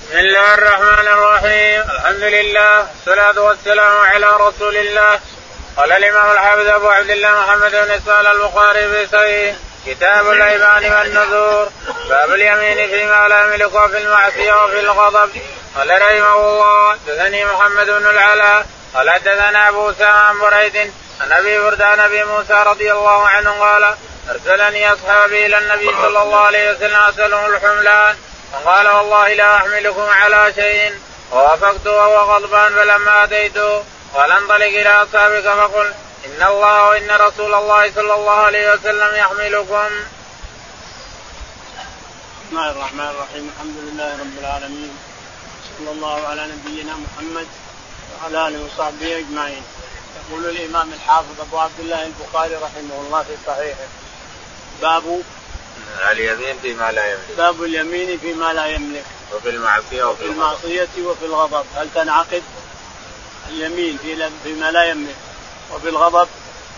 بسم الله الرحمن الرحيم. الحمد لله والصلاة والسلام على رسول الله. قال الإمام الحافظ أبو عبد الله محمد بن إسماعيل البخاري في صحيح كتاب الأيمان والنذور باب اليمين فيما لا يملك وفي المعصية وفي الغضب. قال رحمه الله حدثني محمد بن العلاء قال حدثنا أبو أسامة عن بريد عن أبي برد عن أبي موسى رضي الله عنه قال أرسلني أصحابي إلى النبي صلى الله عليه وسلم أسألهم الحملان فقال والله لا أحملكم على شيء ووافقت وهو غضبان فلما أتيته قال انطلق إلى أصحابك فقل إن الله وإن رسول الله صلى الله عليه وسلم يحملكم. بسم الله الرحمن الرحيم. الحمد لله رب العالمين صلى الله على نبينا محمد وعلى آله وصحبه أجمعين. يقول الإمام الحافظ أبو عبد الله البخاري رحمه الله في صحيحه باب اليمين فيما لا يملك. باب اليمين فيما لا يملك وفي المعصية وفي الغضب. هل تنعقد اليمين فيما لا يملك وفي الغضب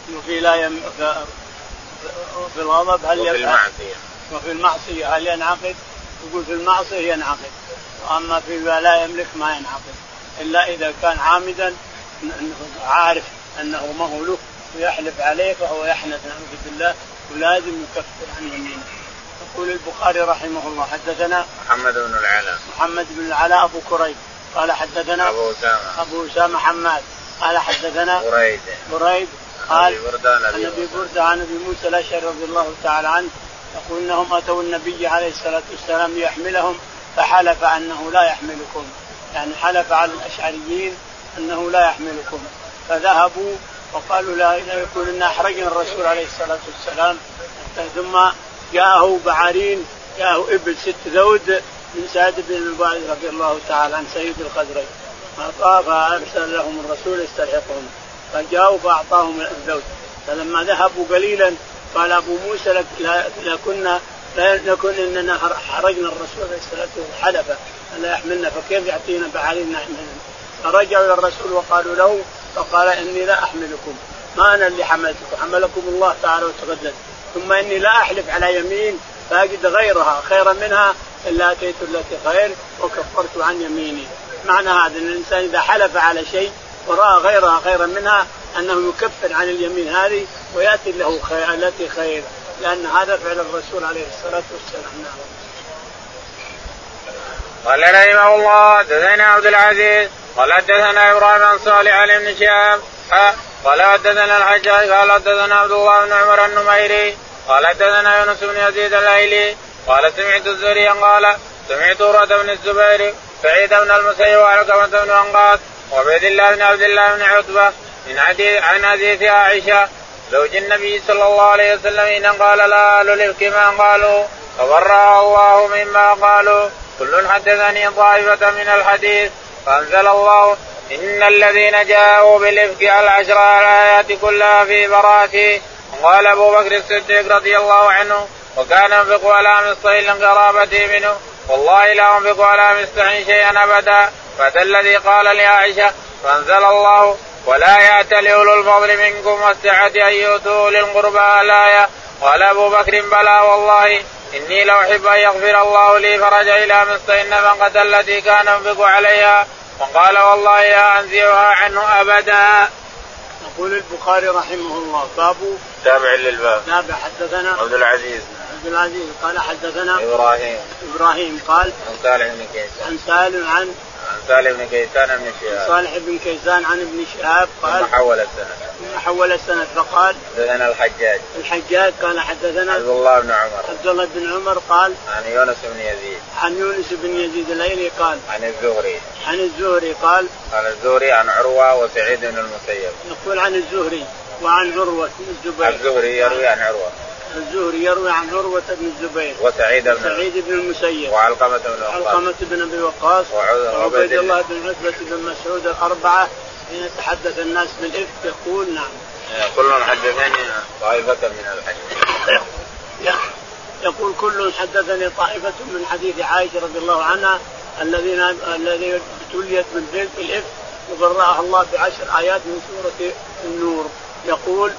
وفي الغضب هل وفي المعصية وفي المعصية هل ينعقد؟ يقول في المعصية ينعقد، وأما فيما لا يملك ما ينعقد إلا إذا كان عامدا عارف أنه ما هو له ويحلف عليه فهو يحنث نعوذ بالله ولازم يكفر عن يمينه. يقول البخاري رحمه الله حدثنا محمد بن العلاء أبو كريب قال حدثنا أبو أسامة حماد قال حدثنا بريد قال عن أبي بردة عن أبي موسى الأشعري رضي الله تعالى عنه يقول إنهم أتوا النبي عليه الصلاة والسلام ليحملهم فحلف أنه لا يحملكم، يعني حلف على الأشعريين أنه لا يحملكم، فذهبوا وقالوا لا يقول إن أحرجنا الرسول عليه الصلاة والسلام. ثم جاءه بعارين، جاءه إبل 6 ذود من سعد بن المبارك رضي الله تعالى عن سيد الخزرج، فأرسل لهم الرسول يستلحقهم فجاءوا فأعطاهم الذود. فلما ذهبوا قليلا قال أبو موسى لكن إننا حرجنا الرسول عليه الصلاة والسلام حلف ألا يحملنا فكيف يعطينا بعارين نحملنا؟ فرجعوا إلى الرسول وقالوا له فقال إني لا أحملكم، ما أنا اللي حملتكم، حملكم الله تعالى وتقدس، ثم إني لا أحلف على يمين فأجد غيرها خيرا منها إلا أتيت التي خير وكفرت عن يميني. معنى هذا أن الإنسان إذا حلف على شيء ورأى غيرها خيرا منها أنه يكفر عن اليمين هذه ويأتي له خير التي خير، لأن هذا فعل الرسول عليه الصلاة والسلام. قال رحمه الله حدثنا عبد العزيز قال حدثنا إبراهيم عن صالح عن ابن شهاب قال حدثنا الحجاج قال حدثنا عبد الله بن عمر النميري قال حدثنا يونس بن يزيد الايلي قال سمعت الزهري قال سمعت عروة بن الزبير سعيد بن المسيب وعلقمة بن وقاص وعبيد الله بن عبد الله بن عتبة عن حديث عائشة زوج النبي صلى الله عليه وسلم إن قال لا للإفك ما قالوا فبرأ الله مما قالوا كل حدثني طائفة من الحديث فأنزل الله إن الذين جاءوا بالإفك 10 آيات كلها في براءته. قال أبو بكر الصديق رضي الله عنه وكان ينفق على مصطهل قرابته منه والله لا ينفق على مصطهل شيئا أبدا. فأتى الذي قال لعائشة فأنزل الله ولا يأتل أولو الفضل منكم والسعة أن يؤتوا للقربى الآية. قال أبو بكر بلى والله إني لو أحب أن يغفر الله لي فرج إلى مصطهل فقد التي كان ينفق عليها وقال والله لا أنزعها عنه أبدا. يقول البخاري رحمه الله باب تابع للباب. حدثنا عبد العزيز قال حدثنا إبراهيم قال عن صالح بن كيسان عن ابن شهاب قال حول السنة فقال حدثنا الحجاج قال حدثنا عبد الله بن عمر قال عن يونس بن يزيد الايلي قال عن الزهري قال عن عروة وسعيد بن المسيب. يقول عن الزهري وعن عروة بن الزبير. الزهري يروي عن عروة بن الزبير وسعيد بن المسيب وعلقمة بن أبي وقاص وعبيد الله بن عتبة بن مسعود الأربعة. حين يتحدث الناس بالإفك يقول نعم كل حدثني طائفة من الحديث. يقول كل حدثني طائفة من حديث عائشة رضي الله عنها الذين ابتليت من بالإفك وبرأها الله ب10 آيات من سورة النور. يقول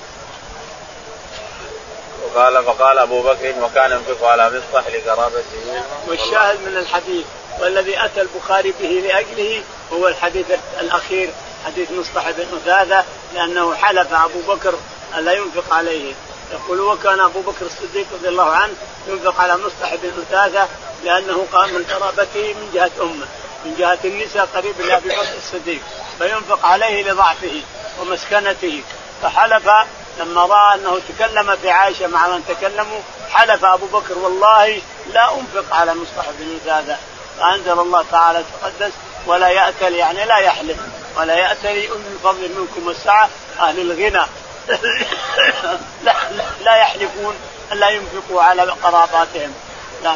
فقال أبو بكر وكان ينفق على مصطح لقرابته. والشاهد من الحديث والذي أتى البخاري به لأجله هو الحديث الأخير حديث مصطح بن أثاثة، لأنه حلف أبو بكر ألا ينفق عليه. يقول وكان أبو بكر الصديق رضي الله عنه ينفق على مصطح بن أثاثة لأنه قام من قرابته من جهة أمه، من جهة النساء قريب لأبي بكر الصديق، فينفق عليه لضعفه ومسكنته. فحلف لما رأى أنه تكلم في عائشة مع من تكلموا، حلف أبو بكر والله لا أنفق على مصطح بن أثاثة. فأنزل الله تعالى تقدس ولا يأتل، يعني لا يحلف، ولا يأتل أولي الفضل منكم والسعة أهل الغنى لا يحلفون ألا ينفقوا على قراباتهم، لا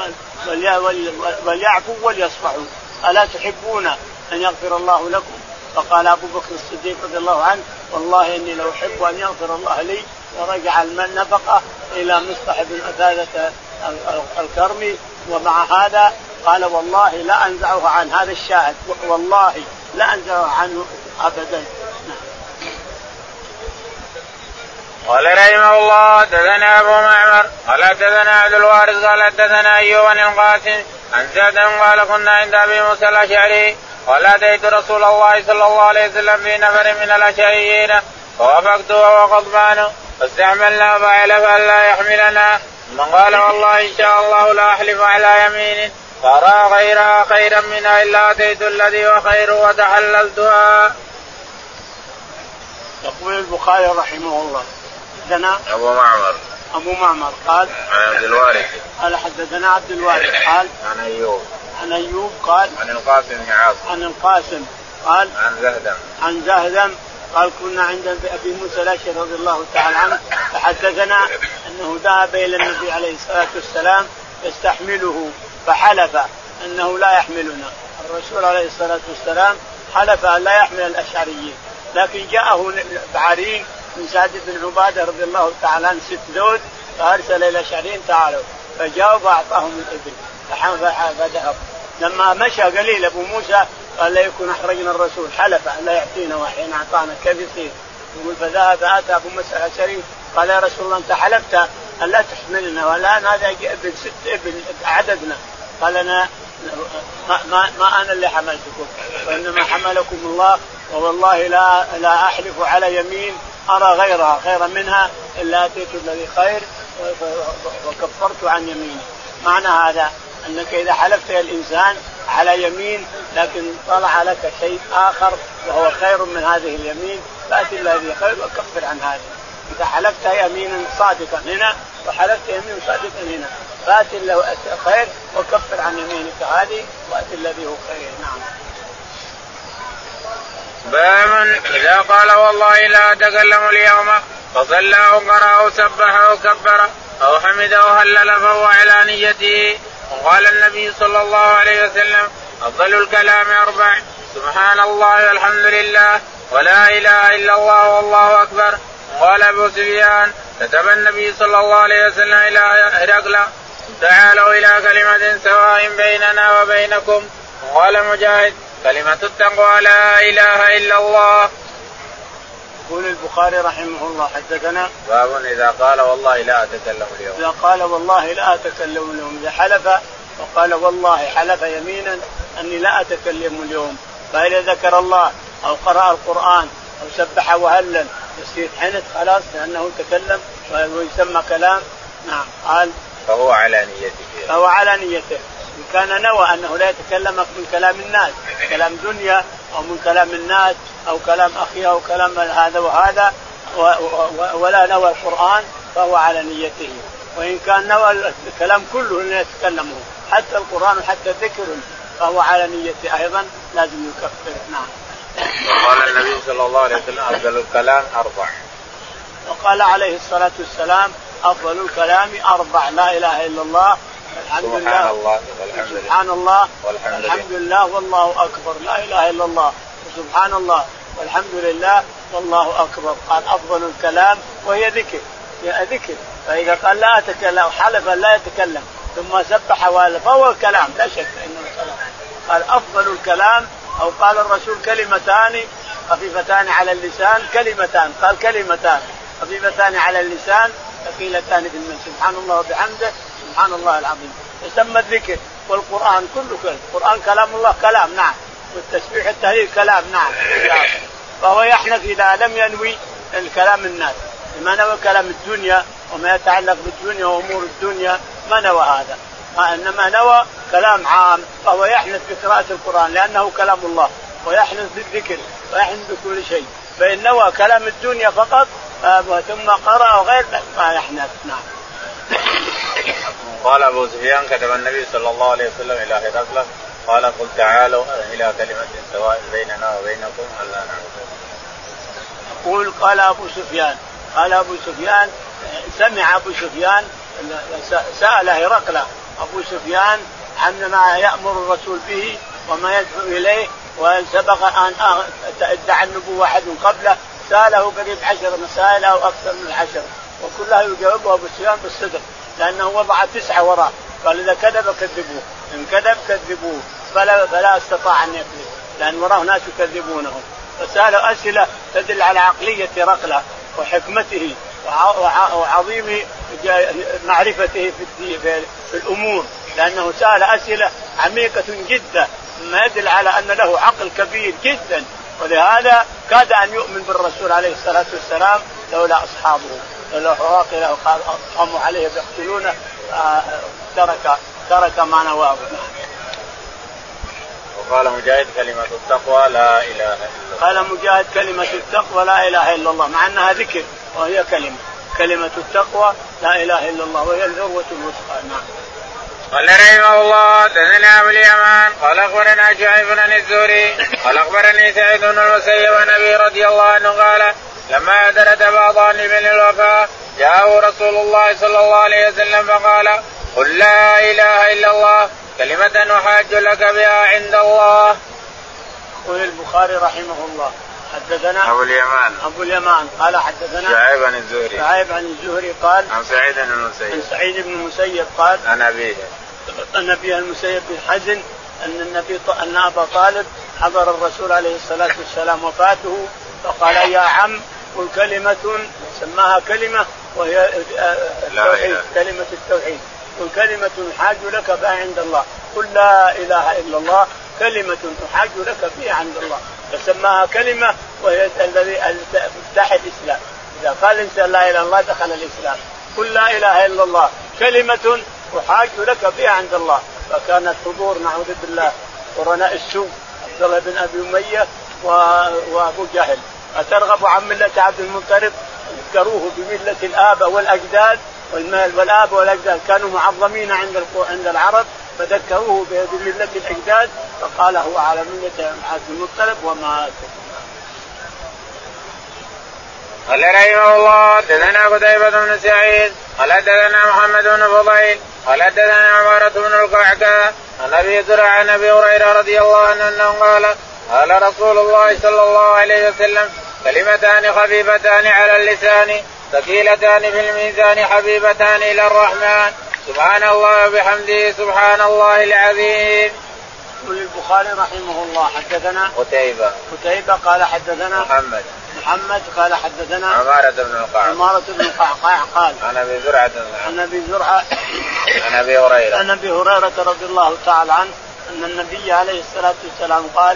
وليعفوا وليصفحوا، ألا تحبون أن يغفر الله لكم؟ فقال أبو بكر الصديق رضي الله عنه والله إني لو أحب أن يغفر الله لي ورجع النفقة إلى مصطح بن أثاثة الكرمي. ومع هذا قال والله لا أنزعه عن هذا الشاهد، والله لا أنزعه عنه أبدا. قال رحمه الله حدثنا أبو معمر قال حدثنا عبد الوارث قال حدثنا أيوب بن القاسم عن زيد قال كنا عند أبي موسى الأشعري قال أتيت رسول الله صلى الله عليه وسلم في نفر من الأشعريين فوافقته وهو غضبان فاستعملنا فحلف ألا يحملنا، ثم قال والله إن شاء الله لا أحلف على يمين فأرى غيرها خيرا منها إلا أتيت الذي هو خير وتحللتها. يقول البخاري رحمه الله حدثنا أبو معمر قال عن عبد الوارث قال حدثنا عبد الوارث قال عن أيوب قال عن القاسم قال عن زهدم قال كنا عند أبي موسى الأشعري رضي الله تعالى عنه فحدثنا أنه ذهب إلى النبي عليه الصلاة والسلام يستحمله فحلف أنه لا يحملنا. الرسول عليه الصلاة والسلام حلف أن لا يحمل الأشعريين، لكن جاءه بعرين من سعد بن عبادة رضي الله تعالى عنه 6 ذود، فأرسل إلى الأشعريين تعالوا، فجاءوا فأعطاهم الإبل فذهب. لما مشى قليل أبو موسى قال لا يكون أحرجنا الرسول، حلف أن لا يعطينا وحين أعطانا كيف يصير؟ يقول فذهب أتى أبو موسى الأشعري قال يا رسول الله أنت حلفت أن لا تحملنا والآن هذا إبل 6 إبل عددنا. قال أنا ما أنا اللي حملتكم وإنما حملكم الله، والله لا أحلف على يمين أرى غيرها خيرا منها إلا أتيت الذي خير وكفرت عن يميني. معنى هذا أنك إذا حلفت يا الإنسان على يمين لكن طلع لك شيء آخر وهو خير من هذه اليمين فأتي الذي خير وكفر عن هذا. إذا حلفت يمينا صادقا هنا وحلفت يمين صادقا هنا فأتي له خير وكفر عن يمينك هذه وأتي الذي هو خير. نعم. باب إذا قال والله لا أتكلم اليوم فصلى أو قرأ أو سبح أو كبر أو حمد أو هلل فهو على نيته. وقال النبي صلى الله عليه وسلم أفضل الكلام 4 سبحان الله والحمد لله ولا إله إلا الله والله أكبر. قال أبو سفيان كتب النبي صلى الله عليه وسلم إلى هرقل تعالوا إلى كلمة سواء بيننا وبينكم. قال مجاهد كلمة التقوى لا إله إلا الله. يقول البخاري رحمه الله حدثنا باب إذا قال والله لا أتكلم اليوم. إذا قال والله لا أتكلم اليوم، إذا حلف وقال والله حلف يمينا أني لا أتكلم اليوم، فإذا ذكر الله أو قرأ القرآن أو سبح وهلل يصير حنث خلاص لأنه تكلم ويسمى كلام. نعم. قال فهو على نيته. فهو على نيته. إن كان نوى أنه لا يتكلم من كلام الناس، كلام دنيا أو من كلام الناس أو كلام أخيه أو كلام هذا وهذا ولا نوى القرآن فهو على نيته. وإن كان نوى الكلام كله لا يتكلمه حتى القرآن وحتى الذكر فهو على نيته أيضا لازم يكفر. نعم. وقال النبي صلى الله عليه وسلم أفضل الكلام 4. وقال عليه الصلاة والسلام أفضل الكلام 4 لا إله إلا الله سبحان الله والحمد لله والله أكبر. لا إله إلا الله سبحان الله والحمد لله والله أكبر. قال أفضل الكلام وهي ذكر. فإذا قال لا أتكلم حلف لا يتكلم ثم سبح فهو كلام لا شك إنه كلام. قال أفضل الكلام أو قال الرسول كلمتان خفيفتان على اللسان كلمتان، قال كلمتان خفيفتان على اللسان ثقيلتان في الميزان سبحان الله وبحمده سبحان الله العظيم. يسمى الذكر والقرآن كله كلام. القرآن كلام الله كلام نعم، والتسبيح التهليل كلام نعم. فهو يحنث إذا لم ينوي الكلام الناس، ما نوى كلام الدنيا وما يتعلق بالدنيا وأمور الدنيا ما نوى هذا، إنما نوى كلام عام. فهو يحنث بقراءة القرآن لأنه كلام الله، ويحنث بالذكر ويحنث بكل شيء. فإن نوى كلام الدنيا فقط ثم قرأ غير ما يحنث. نعم. قال أبو سفيان كتب النبي صلى الله عليه وسلم إلى هرقل قال قل تعالوا إلى كلمة سواء بيننا وبينكم ألا نعبد. يقول قال أبو سفيان سمع أبو سفيان سأل هرقل أبو سفيان عن ما يأمر الرسول به وما يدعو إليه، وإن سبق أن ادعى النبوة أحد قبله سأله قريب 10 مسائل أو أكثر من 10، وكلها يجاوبها أبو سفيان بالصدق لأنه وضع 9 وراء. قال إذا كذب كذبوه، إن كذب كذبوه، فلا استطاع أن يكذب لأن وراه ناس يكذبونه. فسأله أسئلة تدل على عقلية هرقل وحكمته وعظيم معرفته في الأمور، لأنه سأل أسئلة عميقة جدا ما يدل على أن له عقل كبير جدا، ولهذا كاد أن يؤمن بالرسول عليه الصلاة والسلام لولا أصحابه، لولا هرقل قاموا عليه يقتلونه ترك ما نواه. وقال مجاهد كلمة التقوى لا إله إلا الله. قال مجاهد كلمة التقوى لا إله إلا الله، مع أنها ذكر وهي كلمة التقوى لا إله إلا الله وهي الذروة الوثقى. نعم. قال رحمه الله حدثنا أبو اليمان قال أخبرنا شعيب بن الزهري قال أخبرني سعيد بن المسيب عن أبي رضي الله عنه قال لما درت بعضان من الوفاة جاءه رسول الله صلى الله عليه وسلم فقال قل لا إله إلا الله كلمة أحاج لك بها عند الله. يقول البخاري رحمه الله حدثنا أبو اليمان قال حدثنا شعيب عن الزهري قال عن سعيد بن المسيب قال عن أبيه المسيب بن حزن أن أبا طالب حضر الرسول عليه الصلاة والسلام وفاته فقال يا عم قل كلمة، سماها كلمة وهي التوحيد، كلمة التوحيد، قل كلمة أحاج لك بها عند الله، قل لا إله إلا الله كلمة أحاج لك بها عند الله، فسماها كلمة وهي الذي تفتح الإسلام. إذا قال الإنسان لا إله إلا الله دخل الإسلام. قل لا إله إلا الله كلمة أحاج لك بها عند الله. فكانت حضور نعوذ بالله قرناء السوء عبد الله بن أبي أمية وأبو جهل أترغب عن ملة عبد المطلب، ذكروه بملة الآباء والأجداد، والآباء والأجداد كانوا معظمين عند العرب فذكروه بملة الأجداد فقال هو على ملة عبد المطلب ومات. قال رحمه الله حدثنا قتيبة بن سعيد قال حدثنا محمد بن فضيل قال حدثنا عمارة بن القعقاع عن أبي زرع عن أبي هريرة رضي الله عنه أنه قال رسول الله صلى الله عليه وسلم كلمتان خفيفتان على اللسان ثقيلتان في الميزان حبيبتان إلى الرحمن سبحان الله وبحمده سبحان الله العظيم. يقول البخاري رحمه الله حدثنا قتيبة قال حدثنا محمد قال حدثنا عمارة بن القعقاع قال عن أبي زرعة عن أبي هريرة رضي الله تعالى عنه أن النبي عليه الصلاة والسلام قال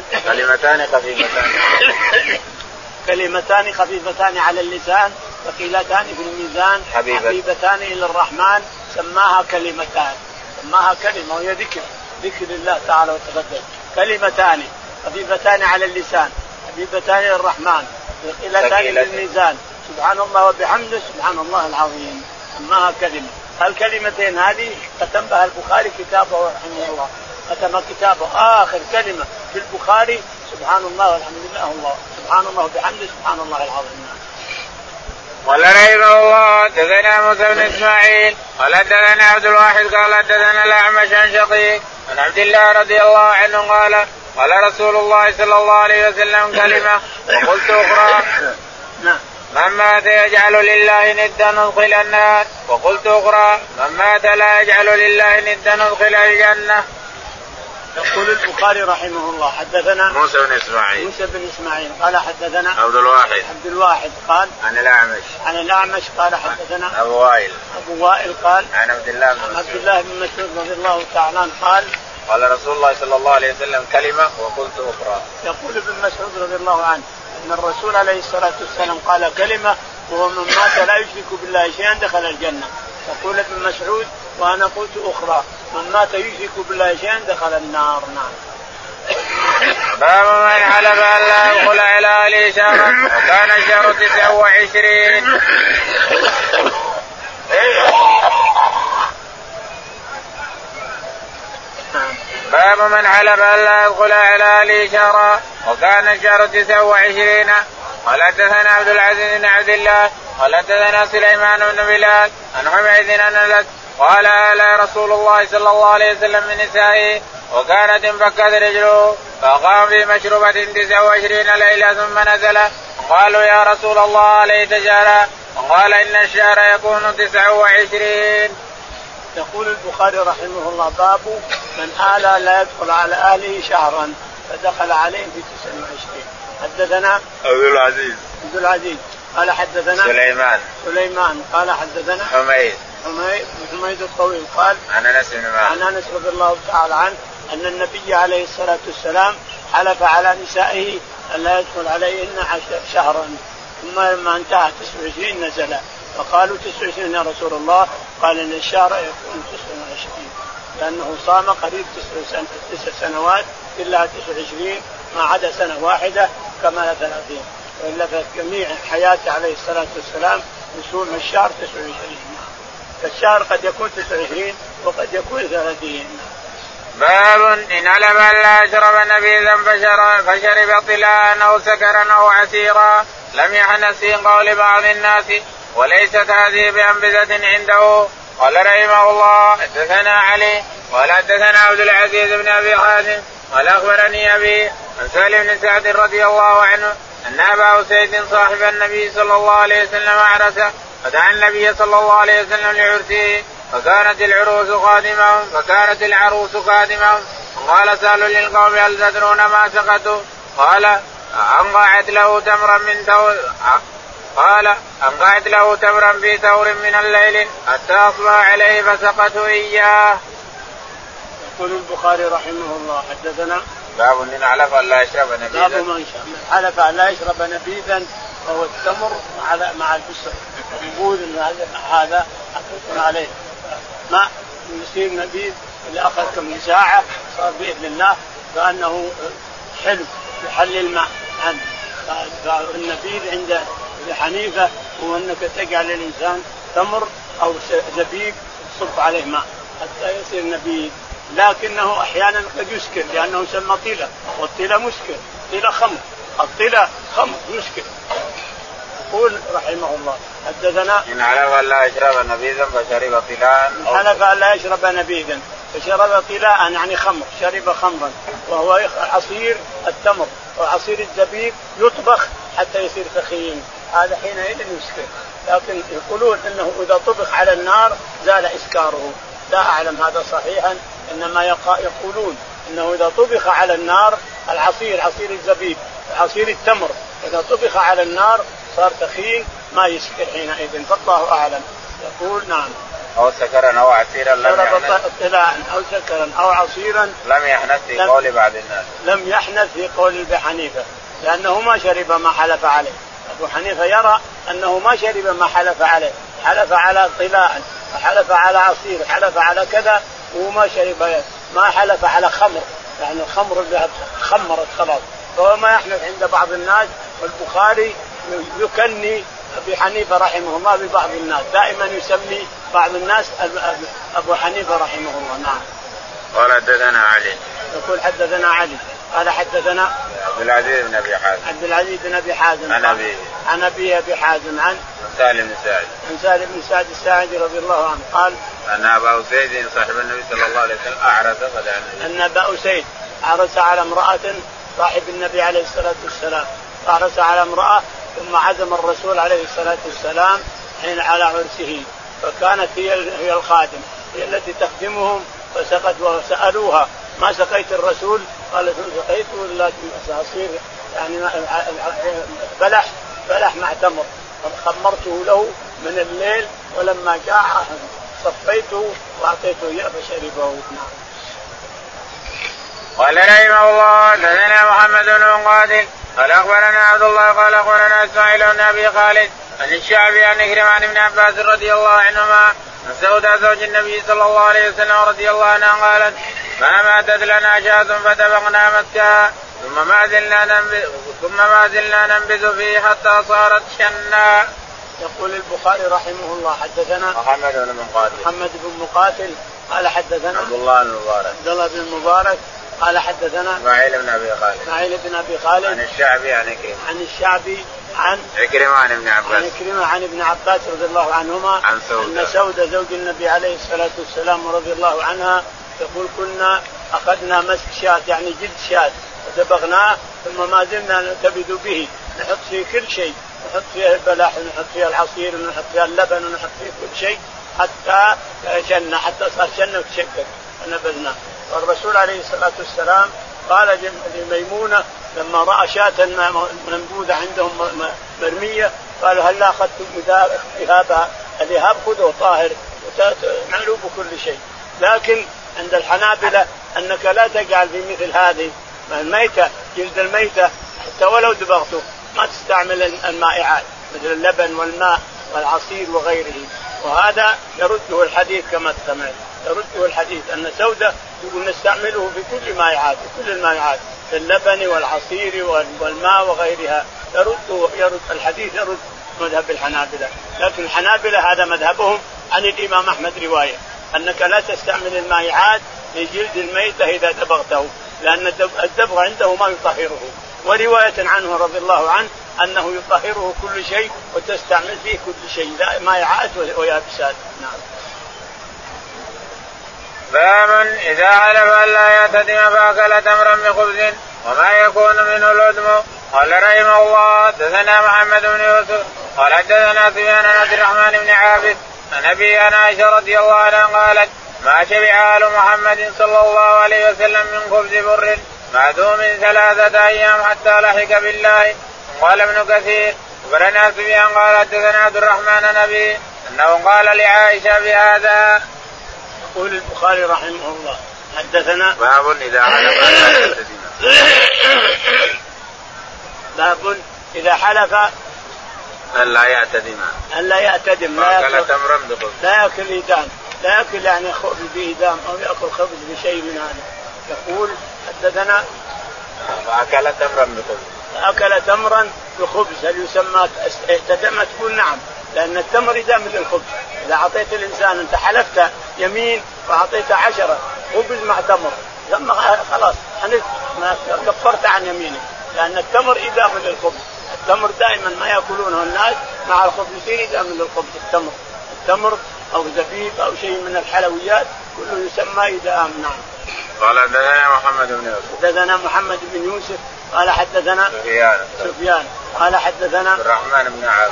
كلمتان خفيفتان على اللسان ثقيلتان في الميزان حبيبتان إلى الرحمن سماها كلمتان، سماها كلمة وهي ذكر الله تعالى وتقدس. كلمتان خفيفتان على اللسان حبيبتان إلى الرحمن ثقيلتان في الميزان سبحان الله وبحمده سبحان الله العظيم، سماها كلمة. الكلمتين هذه ختم بها البخاري كتابه رحمه الله، ختم كتابه آخر كلمة في البخاري سبحان الله والحمد لله الله سبحان الله وبحمده سبحان الله العظيم. قال رحمه الله حدثنا موسى بن إسماعيل قال حدثنا عبد الواحد قال حدثنا الأعمش عن شقيق عن عبد الله رضي الله عنه قال رسول الله صلى الله عليه وسلم كلمة وقلت أخرى من مات يجعل لله ندا ندخل النار، وقلت أخرى من مات لا يجعل لله ندا ندخل الجنة. يقول البخاري رحمه الله حدثنا موسى بن إسماعيل قال حدثنا عبد الواحد قال عن الأعمش قال حدثنا أبو وائل قال عن عبد الله بن مسعود رضي الله تعالى عنه قال قال رسول الله صلى الله عليه وسلم كلمة وقلت أخرى. يقول ابن مسعود رضي الله عنه أن الرسول عليه الصلاة والسلام قال كلمة وهو من مات لا يشرك بالله شيئا دخل الجنة. يقول ابن مسعود وأنا قلت أخرى من مات يشرك بالله شيئا دخل النار. نعم. باب من حلف أن لا يدخل على أهله شهرا وكان الشهر 29. باب من حلف أن لا يدخل على أهله شهرا وكان الشهر 29. قال حدثنا عبد العزيز بن عبد الله قال حدثنا سليمان بن بلال عن حميد بن أنس قال آل رسول الله صلى الله عليه وسلم من نسائه وكانت انفكت رجله فقام في مشروبة 29 ليلة ثم نزل. قالوا يا رسول الله عليه شهرا قال إن الشهر يكون 29. يقول البخاري رحمه الله باب من آل لا يدخل على أهله شهرا فدخل عليهم في 29. حدثنا عبد العزيز قال حدثنا سليمان قال حدثنا حميد الطويل قال عن أنس رضي الله تعالى عنه أن النبي عليه الصلاة والسلام حلف على نسائه أن لا يدخل عليهن شهرا ثم لما انتهى 29 نزل فقالوا 29 يا رسول الله قال إن الشهر يكون 29 لأنه صام قريب 9 سنوات إلا 29 ما عدا سنة واحدة كمال 30 وإلا في جميع حياته عليه الصلاة والسلام يصوم الشهر 29. فالشهر قد يكون 29 وقد يكون 30. باب إن علم أن لا يشرب نبيذا فشرب طلاء أو سكرا أو عسيرا لم يحنث في قول بعض الناس وليست هذه بأنبذة عنده. قال رحمه الله حدثنا علي قال حدثنا عبد العزيز بن أبي حازم قال أخبرني أبي عن سالم بن سعد رضي الله عنه أن أبا أسيد صاحب النبي صلى الله عليه وسلم عرس فدعا النبي صلى الله عليه وسلم لعرسه فكانت العروس خادمهم قال سألوا للقوم هل تدرون ما سقطوا قال أنقعت له تمرا في ثور من الليل حتى أصبح عليه فسقطوا إياه. يقول البخاري رحمه الله حدثنا باب من حلف أن لا يشرب نبيذا. باب من حلف أن لا يشرب نبيذا وهو التمر مع البسر نبوذ هذا حقيقة عليه ما يصير نبيذ اللي أخذ كم ساعة صار بإذن الله فأنه حلو يحل الماء عنه. فالنبيذ عند حنيفة هو أنك تجعل الإنسان تمر أو زبيب تصب عليه ماء حتى يصير نبيذ لكنه أحيانا قد يسكر لأنه يسمى طيلة والطيلة مسكر طيلة خمر الطيلة خمر مسكر. يقول رحمه الله حدثنا إن حلف أن لا يشرب نبيذا فشرب طلاء حلف أن لا يشرب نبيذا فشرب طلاء يعني خمر شرب خمرا وهو عصير التمر وعصير الزبيب يطبخ حتى يصير ثخين هذا حينئذ يسكر. لكن يقولون انه اذا طبخ على النار زال اسكاره لا اعلم هذا صحيحا انما يقولون انه اذا طبخ على النار العصير عصير الزبيب عصير التمر اذا طبخ على النار صار ثخين ما يسكر حينئذ فالله اعلم. يقول نعم أو سكرا أو عصيرا أو سكرا أو عصيرا لم يحنث في قول بعض الناس لم يحنث في قول أبي حنيفة لأنه ما شرب ما حلف عليه. أبو حنيفة يرى أنه ما شرب ما حلف عليه حلف على طلاء حلف على عصير حلف على كذا وما شرب ما حلف على خمر يعني الخمر اللي خمرت خلاص فهو ما يحنث عند بعض الناس. والبخاري يكني أبي حنيفة رحمه الله ببعض الناس دائما يسمي بعض الناس أبو حنيفة رحمه الله. نعم. قال حدثنا علي يقول حدثنا علي قال حدثنا عبد العزيز بن أبي حازم عن أبي حازم عن سالم بن سعد الساعدي رضي الله عنه قال أن أبا أسيد صاحب النبي صلى الله عليه وسلم أعرس فدعا النبي أن أبا أسيد عرس على امرأة صاحب النبي عليه الصلاة والسلام عرس على امرأة ثم عزم الرسول عليه الصلاة والسلام حين على عرسه فكانت هي الخادم هي التي تخدمهم فسقت وسألوها ما سقيت الرسول قالت سقيت ولا عصير يعني بلح مع تمر خمرته له من الليل ولما جاء صفيته وأعطيته إياه فشربه. قال رحمه الله حدثنا محمد بن مقاتل قال اخبرنا عبد الله قال اخبرنا اسماعيل بن ابي خالد عن الشعبي عن عكرمة عن ابن عباس رضي الله عنهما عن سودة زوج النبي صلى الله عليه وسلم رضي الله عنها قالت ما ماتت لنا شاة فتبقنا مكة ثم ما زلنا ننبذ فيه حتى صارت شنا. يقول البخاري رحمه الله حدثنا محمد بن مقاتل قال حدثنا عبد الله بن المبارك قال حدثنا اسماعيل بن ابي خالد عن الشعبي عن عكرمة عن ابن عباس رضي الله عنهما أن سودة زوج النبي عليه الصلاة والسلام رضي الله عنها تقول كنا أخذنا مسك شاة يعني جلد شاة ودبغناه ثم ما زلنا ننتبذ به نحط فيه كل شيء، نحط فيه البلح ونحط فيه العصير ونحط فيه اللبن ونحط فيه كل شيء حتى شن حتى صار شن وتشكك ونبذناه. والرسول عليه الصلاة والسلام قال لميمونة لما رأى شاة منبوذة عندهم مرمية قالوا هل أخذتم إهابها؟ الإهاب خذوا طاهر وتعلوا بكل شيء. لكن عند الحنابلة أنك لا تجعل في مثل هذه الميتة جلد الميتة حتى ولو دبغته ما تستعمل المائعات مثل اللبن والماء والعصير وغيره. وهذا يرده الحديث كما سمعت، يرده الحديث أن سودة يقول نستعمله في كل المائعات في اللبن والعصير والماء وغيرها. يرد الحديث يرد مذهب الحنابلة. لكن الحنابلة هذا مذهبهم عن الإمام أحمد رواية أنك لا تستعمل المائعات في جلد الميتة إذا دبغته لأن الدبغ عنده ما يطهره. ورواية عنه رضي الله عنه أنه يطهره كل شيء وتستعمل فيه كل شيء لا مائعات ويابسات. نعم. باب إذا حلف ألا يعتدم فأكل تمرا بخبز وما يكون منه العدم. قال رحمه الله حدثنا محمد بن يوسف قال حدثنا سفيان عن عبد الرحمن بن عابد عن أبي عائشة رضي الله عنها قالت ما شبع آل محمد صلى الله عليه وسلم من خبز بر معدوم 3 أيام حتى لحق بالله. قال ابن كثير أخبرنا سفيان قال حدثنا عبد الرحمن نبي أنه قال لعائشة بهذا. يقول البخاري رحمه الله حدثنا باب إذا حلف باب إذا حلف ألا يعتدم لا يأكل إدام لا يأكل يعني بإدام أو يأكل خبز بشيء من هذا. يقول حدثنا أكل تمرا بخبز. هل يسمى اعتدم؟ تقول نعم لأن التمر إدام للخبز. إذا أعطيت الإنسان أنت حلفت يمين وأعطيت 10 خبز مع تمر لما خلاص ما كفرت عن يمينك لأن التمر إدام للخبز. التمر دائما ما يأكلونه الناس مع الخبز يصير إدام للخبز. التمر أو زبيب أو شيء من الحلويات كله يسمى إدام. نعم. قال حدثنا محمد بن يوسف قال حدثنا سفيان قال حدثنا عبد الرحمن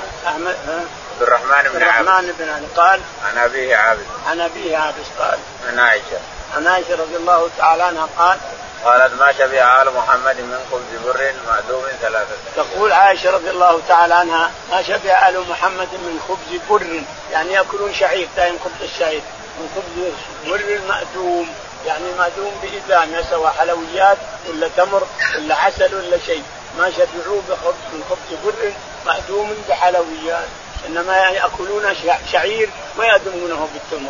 بن عابد قال عن أبيه عابد قال عن عائشة رضي الله تعالى عنها قالت ما شبع آل محمد من خبز بر معدوم 3. تقول عائشة رضي الله تعالى عنها ما شبع آل محمد من خبز بر يعني يأكلون شعير دائما خبز الشعير من خبز بر مأدوم يعني مأدوم بإدام سواء حلويات ولا تمر ولا عسل ولا شيء ما شبعوه من خبز بر مأدوم بحلويات إنما يأكلون شعير ويأدمونه بالتمر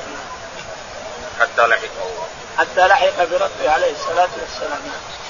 حتى لحق بربه عليه الصلاة والسلام.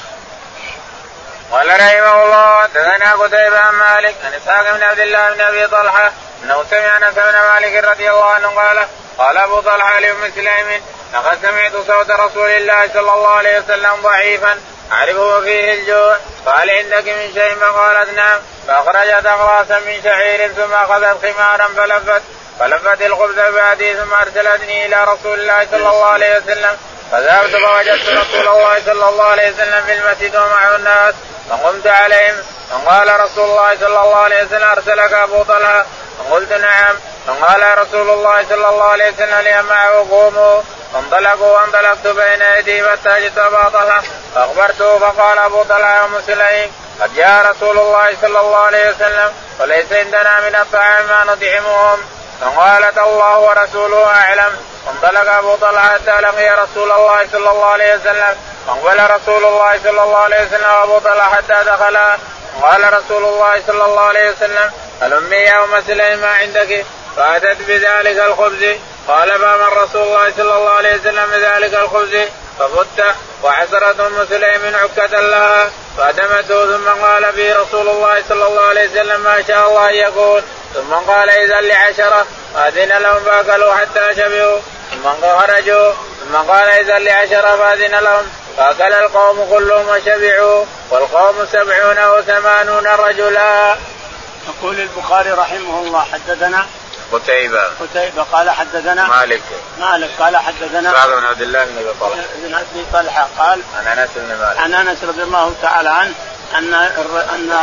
قال رحمه الله حدثنا قتيبة عن مالك عن إسحاق بن عبد الله بن أبي طلحة أنه سمع أنس بن مالك رضي الله عنه قال أبو طلحة لأم سليم لقد سمعت صوت رسول الله صلى الله عليه وسلم ضعيفا أعرفه فيه الجوع قال عندك من شيء؟ فقالت نعم. فأخرجت أغراسا من شعير ثم أخذت خمارا فلفت الخبز بعدي ثم أرسلتني إلى رسول الله صلى الله عليه وسلم فذهبت فوجدت رسول الله صلى الله عليه وسلم في المسجد ومعه الناس فقمت عليهم فقال رسول الله صلى الله عليه وسلم أرسلك أبو طلحة؟ فقلت نعم. فقال رسول الله صلى الله عليه وسلم لي معه قوموا فانطلقوا وانطلقت بين يدي فاتجت أبا طلحة فأخبرته فقال أبو طلحة ومسلم قد جاء رسول الله صلى الله عليه وسلم وليس عندنا من الطعام ما نطعمهم. فقالت الله ورسوله أعلم. فانطلق أبو طلحة حتى لقي رسول الله صلى الله عليه وسلم، فقبل رسول الله صلى الله عليه وسلم وأبو طلحة حتى دخلا. قال رسول الله صلى الله عليه وسلم: هلمي يا أم سليم ما عندك؟ فأتت بذلك الخبز. قال: فأمر رسول الله صلى الله عليه وسلم بذلك الخبز ففت، وعصرت أم سليم عكة لها فأدمته، ثم قال فيه رسول الله صلى الله عليه وسلم ما شاء الله يقول، ثم قال: إذا ل10 فأذن لهم فأكلوا حتى شبعوا، ثم خرجوا، ثم قال: إذا ل10 فأذن لهم فأكل القوم كلهم وشبعوا، والقوم 70 أو 80 رجلا. يقول البخاري رحمه الله: حدثنا قتيبة قال حدثنا مالك قال حدثنا سعد بن عبد الله بن طلحة قال عن أنس رضي الله تعالى عنه أن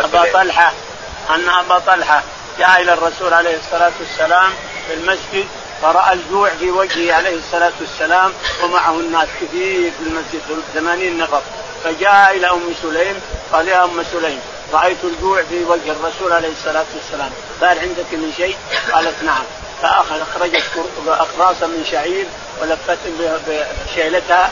أبا طلحة جاء إلى الرسول عليه الصلاة والسلام في المسجد، فرأى الجوع في وجهه عليه الصلاة والسلام ومعه الناس كثير في المسجد 80 نفر، فجاء إلى أم سليم قال: يا أم سليم، رأيت الجوع في وجه الرسول عليه الصلاة والسلام، قال: عندك من شيء؟ قالت: نعم. فأخرجت أقراصا من شعير ولفت بشيلتها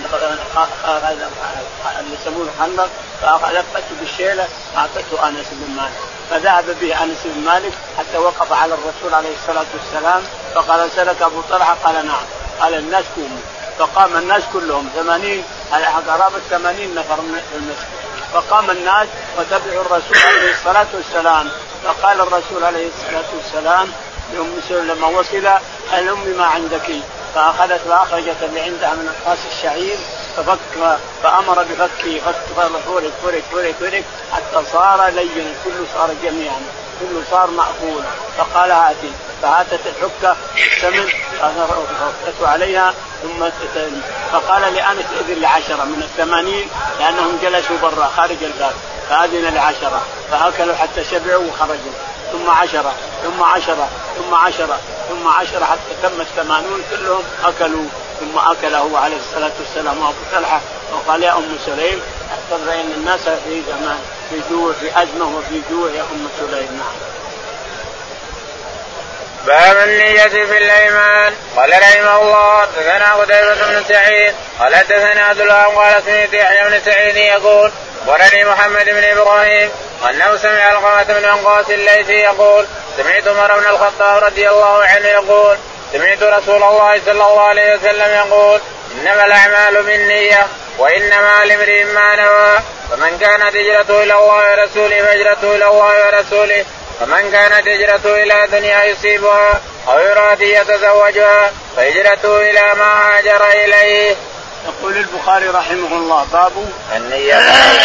اللي يسمونه خندق، فلفت بالشيلة أعطته أنس بن مالك، فذهب به أنس بن مالك حتى وقف على الرسول عليه الصلاة والسلام فقال: سلك أبو طلحة؟ قال: نعم. قال: الناس قوموا، فقام الناس كلهم 80 على قرابة 80 نفر في المسجد، فقام الناس وتبعوا الرسول عليه الصلاة والسلام. فقال الرسول عليه الصلاة والسلام لأم سليم لما وصل: هلمي ما عندك؟ فأخذت وأخرجت اللي عندها من أقراص الشعير فأمر بفكه، فرك حتى صار لين، كله صار جميعا، كله صار مأكول. فقال: هاتي، فهاتت الحكة السمن فأخذته عليها ثم فقال لأنس: إذن ل10 من 80 لأنهم جلسوا برا خارج الباب، فأذن ل10 فأكلوا حتى شبعوا وخرجوا، ثم 10 ثم 10 ثم 10 ثم 10 حتى تم 80 كلهم أكلوا. ثم أكل هو عليه الصلاة والسلام وأبو طلحة، وقال: يا أم سليم، احفظ أن الناس في زمان في جوع، في أزمة وفي جوع يا أم سليم. نعم. باب النية في الأيمان. قال رحمه الله: حدثنا قتيبة بن سعيد قال حدثنا عبد الله قال سمعت يحيى بن سعيد يقول: ورني محمد بن إبراهيم أنه سمع علقمة بن وقاص الليثي يقول: سمعت عمر بن الخطاب رضي الله عنه يقول: سمعت رسول الله صلى الله عليه وسلم يقول: إنما الأعمال بالنية وإنما لامرئ ما نوى، فمن كانت هجرته إلى الله ورسوله فهجرته إلى الله ورسوله، ومن كانت هجرته إلى دنيا يصيبها أو يراد يتزوجها فهجرته إلى ما هاجر إليه. يقول البخاري رحمه الله: باب النية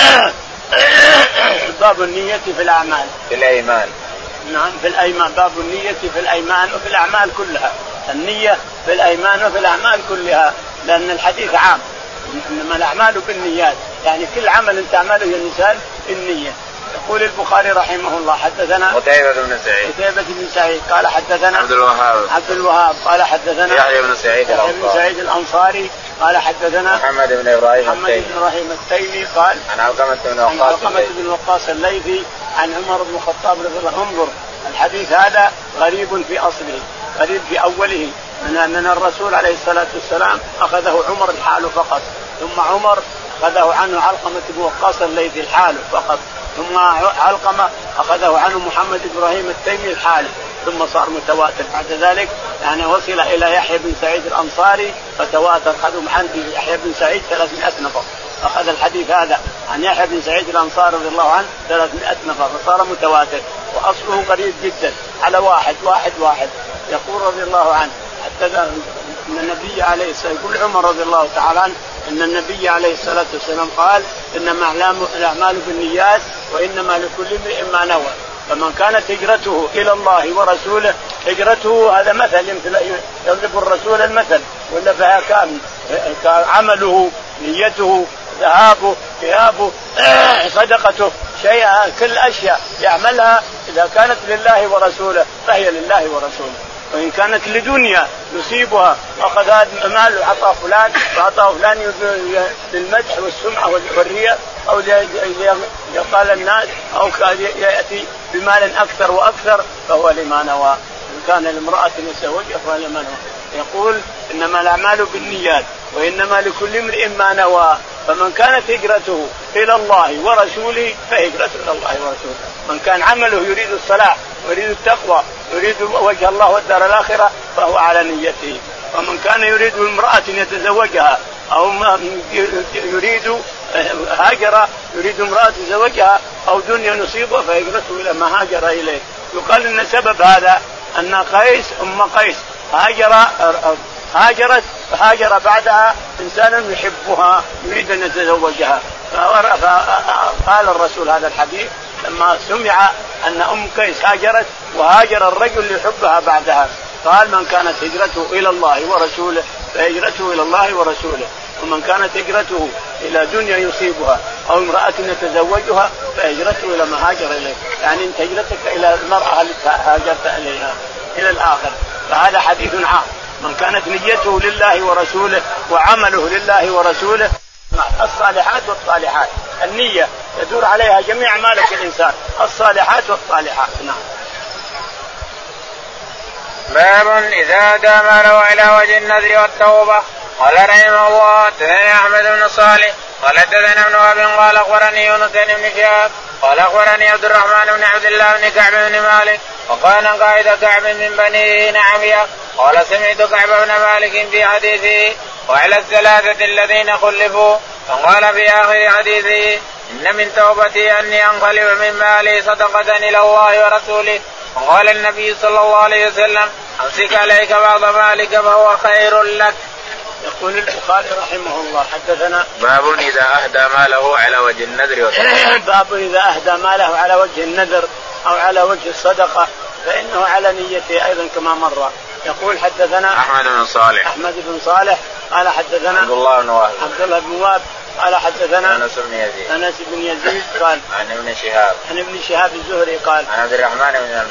باب النية في الأعمال في الأيمان. نعم، في الأيمان، باب النية في الأيمان وفي الأعمال كلها، النية في الأيمان وفي الأعمال كلها، لأن الحديث عام، إنما الأعمال بالنيات، يعني كل عمل تعمله يا الإنسان النية. يقول البخاري رحمه الله: حدثنا قتيبة بن سعيد قال حدثنا عبد الوهاب قال حدثنا يحيى بن سعيد الأنصاري قال حدثنا محمد بن إبراهيم التيمي قال عن علقمة بن وقاص الليثي عن عمر بن الخطاب رضي الله عنه. انظر، الحديث هذا غريب في أصله، غريب في أوله، من الرسول عليه الصلاة والسلام أخذه عمر الحال فقط، ثم عمر أخذه عنه علقمة بن وقاص الليثي الحال فقط، ثم علقمة أخذه عنه محمد بن إبراهيم التيمي الحال، ثم صار متواتر بعد ذلك، يعني وصل إلى يحيى بن سعيد الأنصاري فتواتر، خذوا عن يحيى بن سعيد 300 نفر، أخذ الحديث هذا عن يحيى بن سعيد الأنصاري رضي الله عنه 300 نفر، فصار متواتر، وأصله قريب جدا على واحد. يقول رضي الله عنه: حتى أن النبي عليه الصلاة والسلام، يقول عمر رضي الله تعالى عنه أن النبي عليه الصلاة والسلام قال: إنما الأعمال بالنيات وإنما لكل امرئ ما نوى، فمن كانت هجرته إلى الله ورسوله هجرته، هذا مثل يضرب الرسول المثل، ولا فيها كان عمله، نيته، ذهابه، ذهابه، صدقته، شيئا، كل أشياء يعملها إذا كانت لله ورسوله فهي لله ورسوله، وإن كانت لدنيا يصيبها أخذ هذا المال وعطى فلان وعطى فلان للمدح والسمعة والرياء، أو يقال الناس، أو يأتي بمال أكثر وأكثر، فهو لما نوى. كان لامرأة يتزوجها فلمن هو. يقول إنما الأعمال بالنيات وإنما لكل امرئ ما نوى، فمن كانت هجرته إلى الله ورسوله فهجرته إلى الله ورسوله. من كان عمله يريد الصلاح ويريد التقوى ويريد وجه الله والدار الآخرة فهو على نيته. ومن كان يريد امرأة يتزوجها أو يريد هاجر يريد امرأة يتزوجها أو دنيا نصيبه فهجرته إلى ما هاجر إليه. يقال إن سبب هذا أن قيس أم قيس هاجرت فهاجر بعدها إنسانا يحبها يريد أن يتزوجها، فقال الرسول هذا الحديث لما سمع أن أم قيس هاجرت وهاجر الرجل يحبها بعدها، قال من كانت هجرته إلى الله ورسوله فهجرته إلى الله ورسوله، ومن كانت هجرته إلى دنيا يصيبها أو امرأة يتزوجها فهجرته إلى ما هاجر إليه. يعني أنت هجرتك إلى المرأة التي هاجرت إليها إلى الآخر. فهذا حديث عام. من كانت نيته لله ورسوله وعمله لله ورسوله. الصالحات والصالحات النية يدور عليها جميع أعمال الإنسان، الصالحات والصالحات. نعم. باب إذا أدى ماله إلى وجه النذر والتوبة. قال رحمه الله حدثنا أحمد بن صالح قال حدثنا ابن وهب قال أخبرني يونس بن شهاب قال أخبرني عبد الرحمن بن عبد الله بن كعب بن مالك وكان قائد كعب من بني نعمية قال سمعت كعب بن مالك في حديثه وعلى الثلاثة الذين خلفوا فقال في آخر حديثه إن من توبتي أني أنقلب من مالي صدقة إلى الله ورسوله. وقال النبي صلى الله عليه وسلم أمسك عليك بعض مالك فهو خير لك. يقول البخاري رحمه الله حدثنا باب إذا أهدى ماله على وجه النذر باب إذا أهدى ماله على وجه النذر أو على وجه الصدقة فإنه على نيته أيضا كما مر. يقول حدثنا أحمد بن صالح قال حدثنا عبد الله بن وهب قال حدثنا أنس بن يزيد قال عن ابن شهاب الزهري قال عن عبد الرحمن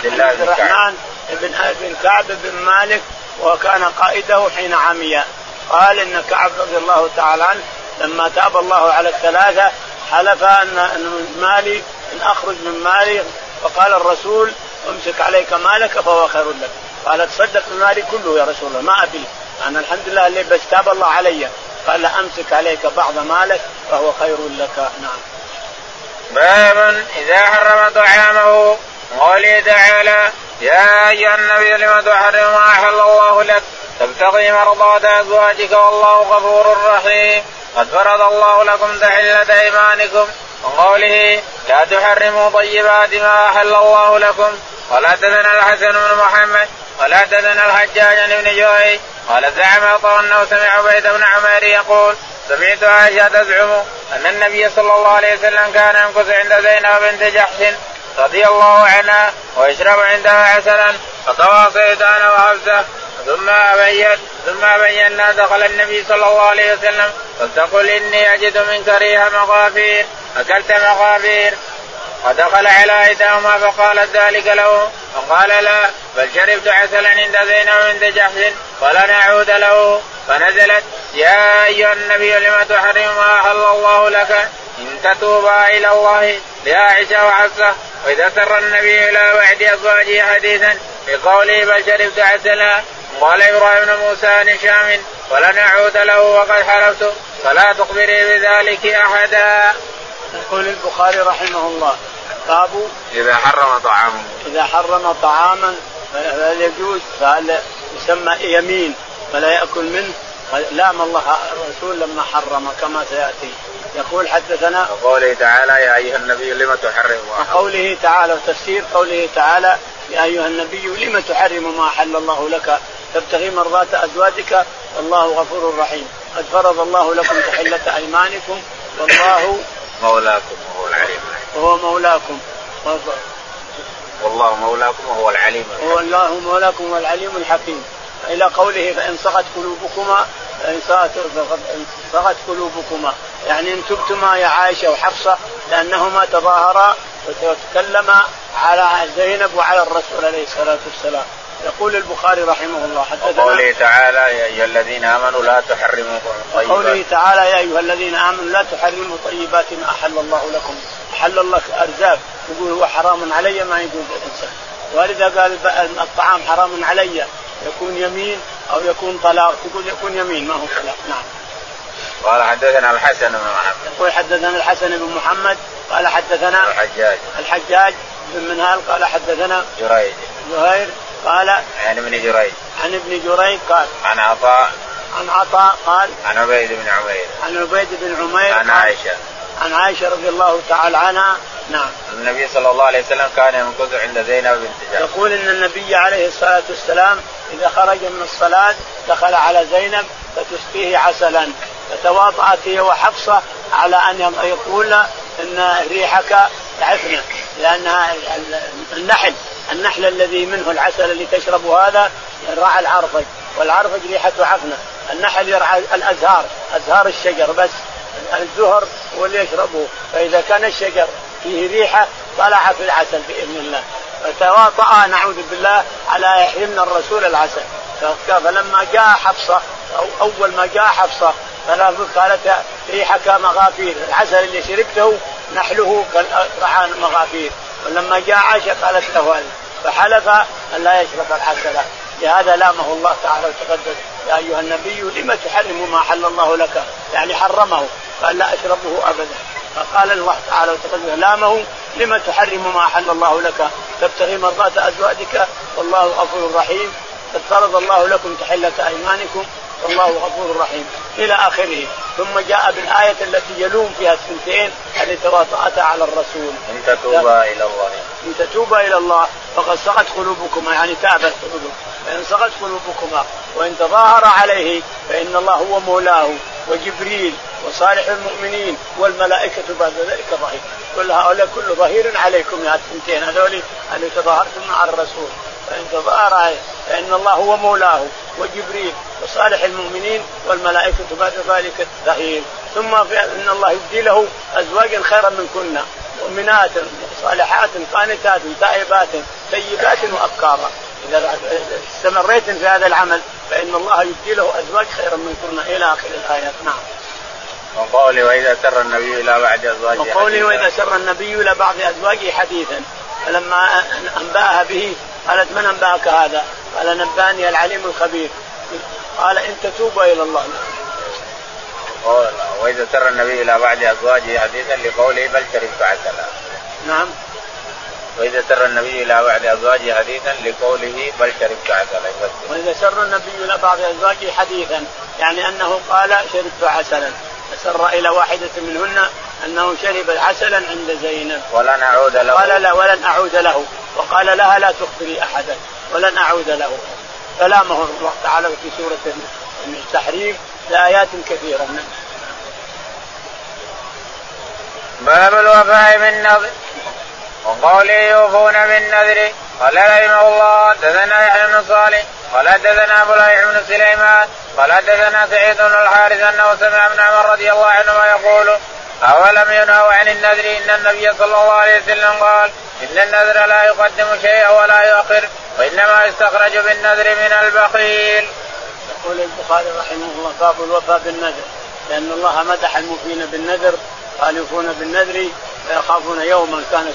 بن كعب بن مالك وكان قائده حين عمي. قال إن كعب رضي الله تعالى عنه لما تاب الله على الثلاثة حلف أن مالي إن أخرج من مالي، فقال الرسول امسك عليك مالك فهو خير لك. قال تصدق بمالي كله يا رسول الله ما أبي، أنا الحمد لله اللي بس تاب الله علي. قال أمسك عليك بعض مالك فهو خير لك. نعم. باب إذا حرم طعامه. قوله تعالى يا أيها النبي لم تحرم ما أحل الله لك تبتغي مرضات أزواجك والله غفور رحيم قد فرض الله لكم تحلة أيمانكم. وقوله لا تحرموا طيبات ما أحل الله لكم. ولا حدثنا الحسن بن محمد ولا حدثنا الحجاج بن جويح قال زعم عطاء أنه سمع عبيد بن عمير يقول سمعت عائشة تزعم أن النبي صلى الله عليه وسلم كان يمكث عند زينب بنت جحش رضي الله عنها ويشرب عندها عسلا فتواصيت أنا وحفصة ثم بينا دخل النبي صلى الله عليه وسلم فلتقل إني أجد منك ريح مغافير أكلت مغافير. فدخل على إحداهما فقالت ذلك له فقال لا بل شربت عسلا عند زينب بنت جحش فلن أعود له. فنزلت يا أيها النبي لم تحرم ما أحل الله لك إن تتوبا إلى الله لعائشة وحفصة. وإذا سر النبي إلى وعد أزواجه حديثا بقوله بل شربت عسلا قال إبراهيم بن موسى عن شام ولن أعود له وقد حلفت فلا تخبري بذلك أحدا. يقول البخاري رحمه الله باب إذا حرم طعاما فلا يجوز، فهل يسمى يمين فلا يأكل منه لام الله الرسول لما حرم كما سيأتي. يقول حدثنا وقوله تعالى يا أيها النبي لم تحرم. وقوله تعالى وتفسير قوله تعالى يا أيها النبي لم تحرم ما أحل الله لك تبتغي مرضات أزواجك والله غفور رحيم قد فرض الله لكم تحلة أيمانكم والله مولاكم وهو العليم وهو مولاكم والله مولاكم وهو العليم والله مولاكم والعليم الحكيم. إلى قوله فإن صغت قلوبكما يعني إن تبتما يا عائشة وحفصة لأنهما تظاهرا وتكلما على زينب وعلى الرسول عليه الصلاة والسلام. يقول البخاري رحمه الله حدثنا قوله تعالى يا أيها الذين آمنوا لا تحرموا طيبات. قوله تعالى يا أيها الذين آمنوا لا تحرموا طيبات ما أحل الله لكم. أحل الله أرزاق يقول هو حرام علي ما يقول الإنسان ولذا قال الطعام حرام علي، يكون يمين أو يكون طلاق، يقول يكون يمين ما هو طلاق. نعم. قال حدثنا الحسن بن محمد. يقول حدثنا الحسن بن محمد قال حدثنا الحجاج بن منهال قال حدثنا زهير قال عن ابن جريج قال عن عطاء قال عن عبيد بن عمير عن عائشة رضي الله تعالى عنها. نعم. النبي صلى الله عليه وسلم كان يمكث عند زينب بنت جحش. يقول إن النبي عليه الصلاة والسلام إذا خرج من الصلاة دخل على زينب فتسقيه عسلا، فتواطأت هي وحفصة على أن يقول إن ريحك عفنة، لأنها النحل الذي منه العسل اللي تشرب هذا يرعى العرفج، والعرفج ريحته عفنة. النحل يرعى أزهار الشجر، بس الزهر هو اللي يشربه، فإذا كان الشجر فيه ريحة طلع في العسل بإذن الله، فتواطأ نعوذ بالله على يحرمنا الرسول العسل. فلما جاء حفصة أو أول ما جاء حفصة قالت ريحك مغافير، العسل اللي شربته نحله رعى مغافير. ولما جاء عائشة قالت له هذا، فحلف أن لا يشرب العسل. لهذا لامه الله تعالى وتقدس: يا أيها النبي لما تحرم ما حل الله لك، يعني حرمه قال لا أشربه أبدا. فقال الله تعالى وتقدس لامه: لما تحرم ما حل الله لك تبتغي مرضات أزواجك والله غفور رحيم، قد فرض الله لكم تحلة أيمانكم والله غفور رحيم إلى آخره. ثم جاء بالآية التي يلوم فيها الثنتين التي تواطأتا على الرسول: إن تتوبا إلى الله فقد صغت قلوبكما، يعني تابت قلوبكم، فإن صغت قلوبكما وإن تظاهر عليه فإن الله هو مولاه وجبريل وصالح المؤمنين والملائكة بعد ذلك ظهير. كل هؤلاء كل ظهير عليكم يا الثنتين هذول اللي تظاهرتم مع الرسول. فإن تظاهر عليه فإن الله هو مولاه وجبريل وصالح المؤمنين والملائكة بعد ذلك ظهير. ثم إن الله يبدي له أزواجا خيرا منكن، مؤمنات صالحات قانتات تائبات طيبات وأبكارا. إذا استمريت في هذا العمل فإن الله يبدي له أزواج خيرا منكن إلى آخر الآيات. نعم. وقوله وإذا سر النبي إلى بعض أزواجه حديثا فلما أنبأها به قالت: من أنبأك هذا؟ قال: نبأني العليم الخبير. قال: إن تتوبوا إلى الله. وإذا سر النبي إلى بعض أزواجه حديثا لقوله بل شربت عسلا. نعم. وإذا سر النبي إلى بعض أزواجه حديثا لقوله بل شربت عسلا. وإذا سر النبي إلى بعض أزواجه حديثا يعني أنه قال شربت عسلا، سر إلى واحدة منهن أنه شرب عسلا عند زينب ولن أعود له. قال: لا ولن أعود له. وقال لها: لا تخبري أحدا ولن أعود له. كلامه الله تعالى في سورة التحريم لآيات كثيرة. باب الوفاء بالنذر. وقوله يوفون بالنذر. قال رحمه الله: حدثنا يحيى بن صالح قال حدثنا أبو الهيثم بن سليمان قال حدثنا سعيد بن الحارث أنه سمع ابن عمر رضي الله عنهما يقول: أولم ينهوا عن النذر إن النبي صلى الله عليه وسلم قال: إن النذر لا يقدم شيئا ولا يؤخر وإنما يستخرج بالنذر من البخيل. يقول البخاري رحمه الله: باب الوفاء بالنذر، لأن الله مدح الموفين بالنذر قال: يوفون بالنذر ويخافون يوما كان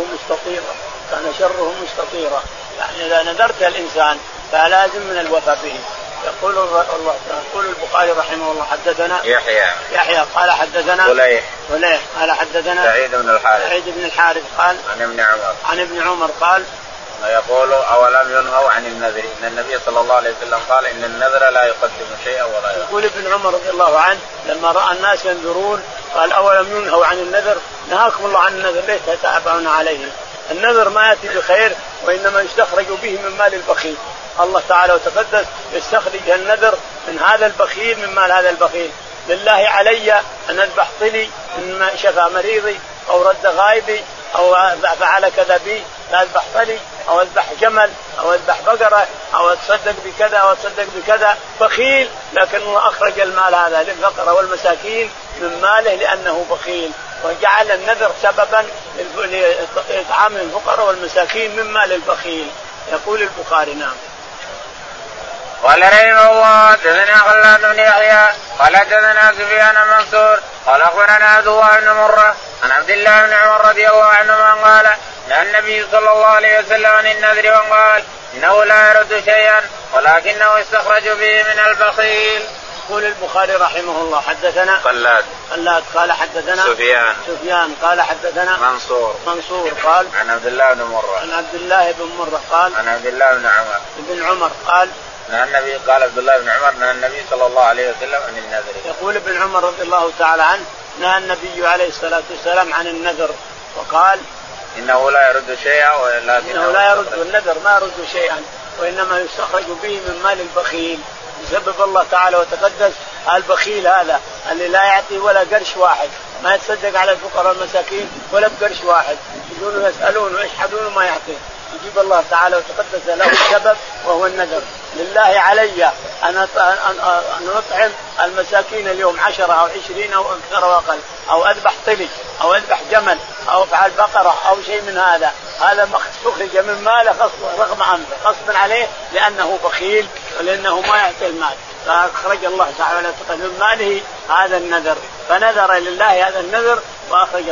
شره مستطيرا. يعني إذا نذرت الإنسان فلازم من الوفاء به. يقول البخاري رحمه الله: حدثنا يحيى قال حدثنا وليح قال حدثنا سعيد بن الحارث قال عن ابن عمر قال: يقول: أولم ينهوا عن النذر إن النبي صلى الله عليه وسلم قال: إن النذر لا يقدم شيئا ولا يؤخر. يقول ابن عمر رضي الله عنه لما رأى الناس ينذرون قال: أولم ينهوا عن النذر؟ نهاكم الله عن النذر ليس تتابعون عليه. النذر ما يأتي بخير وإنما يستخرج به من مال البخيل. الله تعالى وتقدس يستخرج النذر من هذا البخيل، من مال هذا البخيل. لله علي أن أذبح طلي إن شفى مريضي أو رد غائبي أو فعل كذا بي، أذبح طلي أو أذبح جمل أو أذبح بقرة أو أتصدق بكذا أو أتصدق بكذا. بخيل، لكن الله أخرج المال هذا للفقراء والمساكين من ماله لأنه بخيل، وجعل النذر سببا لإطعام الفقراء والمساكين من مال البخيل. يقول البخاري: نعم. قال رحمه الله: حدثنا خلاد بن يحيى قال حدثنا سفيان منصور قال أخبرنا عبد الله بن مرة عن عبد الله بن عمر رضي الله عنهما قال: نهى النبي صلى الله عليه وسلم عن النذر وقال إنه لا يرد شيئا ولكنه يستخرج به من البخيل. يقول البخاري رحمه الله حدثنا خلاد قال حدثنا سفيان قال حدثنا منصور قال عن عبد الله بن مرة قال عن عبد الله بن عمر قال قال عبد الله بن عمر نهى النبي صلى الله عليه وسلم عن النذر. يقول ابن عمر رضي الله تعالى عنه نهى النبي عليه الصلاة والسلام عن النذر وقال إنه لا يرد شيئا ولكنه لا يرد النذر ما يرد شيئا وإنما يستخرج به من مال البخيل بسبب الله تعالى وتقدس. البخيل هذا اللي لا يعطي ولا قرش واحد ما يتصدق على الفقراء المساكين ولا بقرش واحد يقولون يسألون ويشحدون وما يعطي يجيب الله تعالى وتقدس له السبب وهو النذر. لله علي أن أطعم المساكين اليوم 10 أو 20 أو أكثر وأقل أو أذبح طلي أو أذبح جمل أو أفعل بقرة أو شيء من هذا مخرج من ماله رغم عنه غصبا عليه لأنه بخيل ولأنه ما يعطي المال فأخرج الله تعالى من ماله هذا النذر فنذر لله هذا النذر وأخرج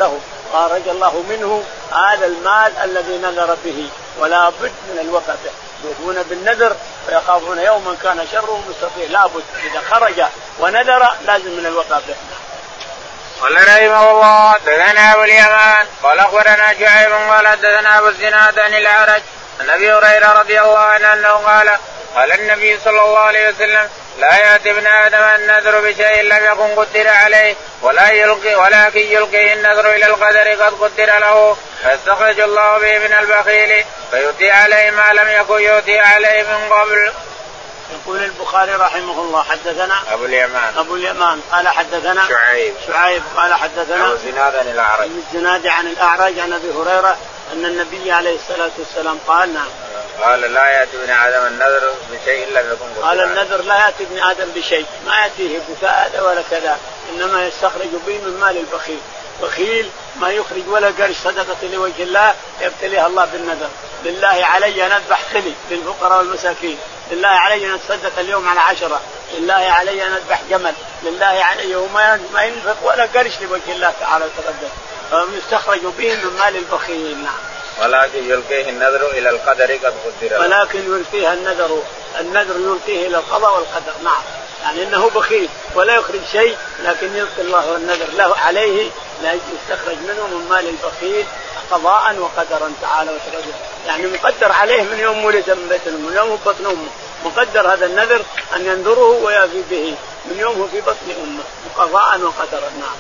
الله منه هذا المال الذي نذر به ولا بد من الوفاء به. يوفون بالنذر ويخافون يوما كان شره مستطير لا بد إذا خرج ونذر لازم من الوفاء به. قال رحمه الله حدثنا أبو اليمان قال أخبرنا شعيب قال حدثنا أبو الزناد عن الأعرج عن أبي هريرة رضي الله عنه أنه قال النبي صلى الله عليه وسلم لا يأتي ابن آدم النذر بشيء لم يكن قدر عليه ولكن يلقيه النذر إلى القدر قد قدر له فيستخرج الله به من البخيل فيؤتي عليه ما لم يكن يؤتي عليه من قبل. يقول البخاري رحمه الله حدثنا أبو اليمان قال حدثنا شعيب قال حدثنا أبو الزناد عن الأعرج عن أبي هريرة أن النبي عليه الصلاة والسلام قال قال لا يأتي ابن آدم النذر بشيء لم يكن قدر قال النذر لا يأتي ابن آدم بشيء ما يأتيه بكذا ولا كذا إنما يستخرج به من مال البخيل. بخيل ما يخرج ولا قرش صدقة لوجه الله يبتليها الله بالنذر. لله علي أن أذبح خلي للفقراء والمساكين لله علي أن أتصدق اليوم على 10 لله علي أن أذبح جمل لله علي وما ينفق ولا قرش لوجه الله تعالى وتقدم فيستخرج به من مال البخيل. ولكن يلقيه النذر إلى القدر قد قدر ولكن يلقيه النذر يلقيه إلى القضاء والقدر. نعم يعني إنه بخيل ولا يخرج شيء لكن يلقي الله النذر له عليه لا يستخرج منه من مال البخيل قضاء وقدرا تعالى وتقدم يعني مقدر عليه من يوم ولد من يوم بطن أمه مقدر هذا النذر أن ينذره ويأتي به من يومه في بطن أمه قضاء وقدرا. نعم.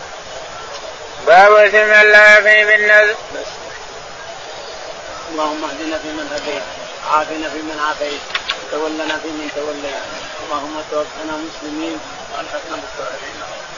باب اسم لا يفي بالنذر. اللهم اهدنا فيمن هديت عافنا فيمن عافيت تولنا فيمن توليت اللهم توفنا مسلمين والحقنا بالصالحين.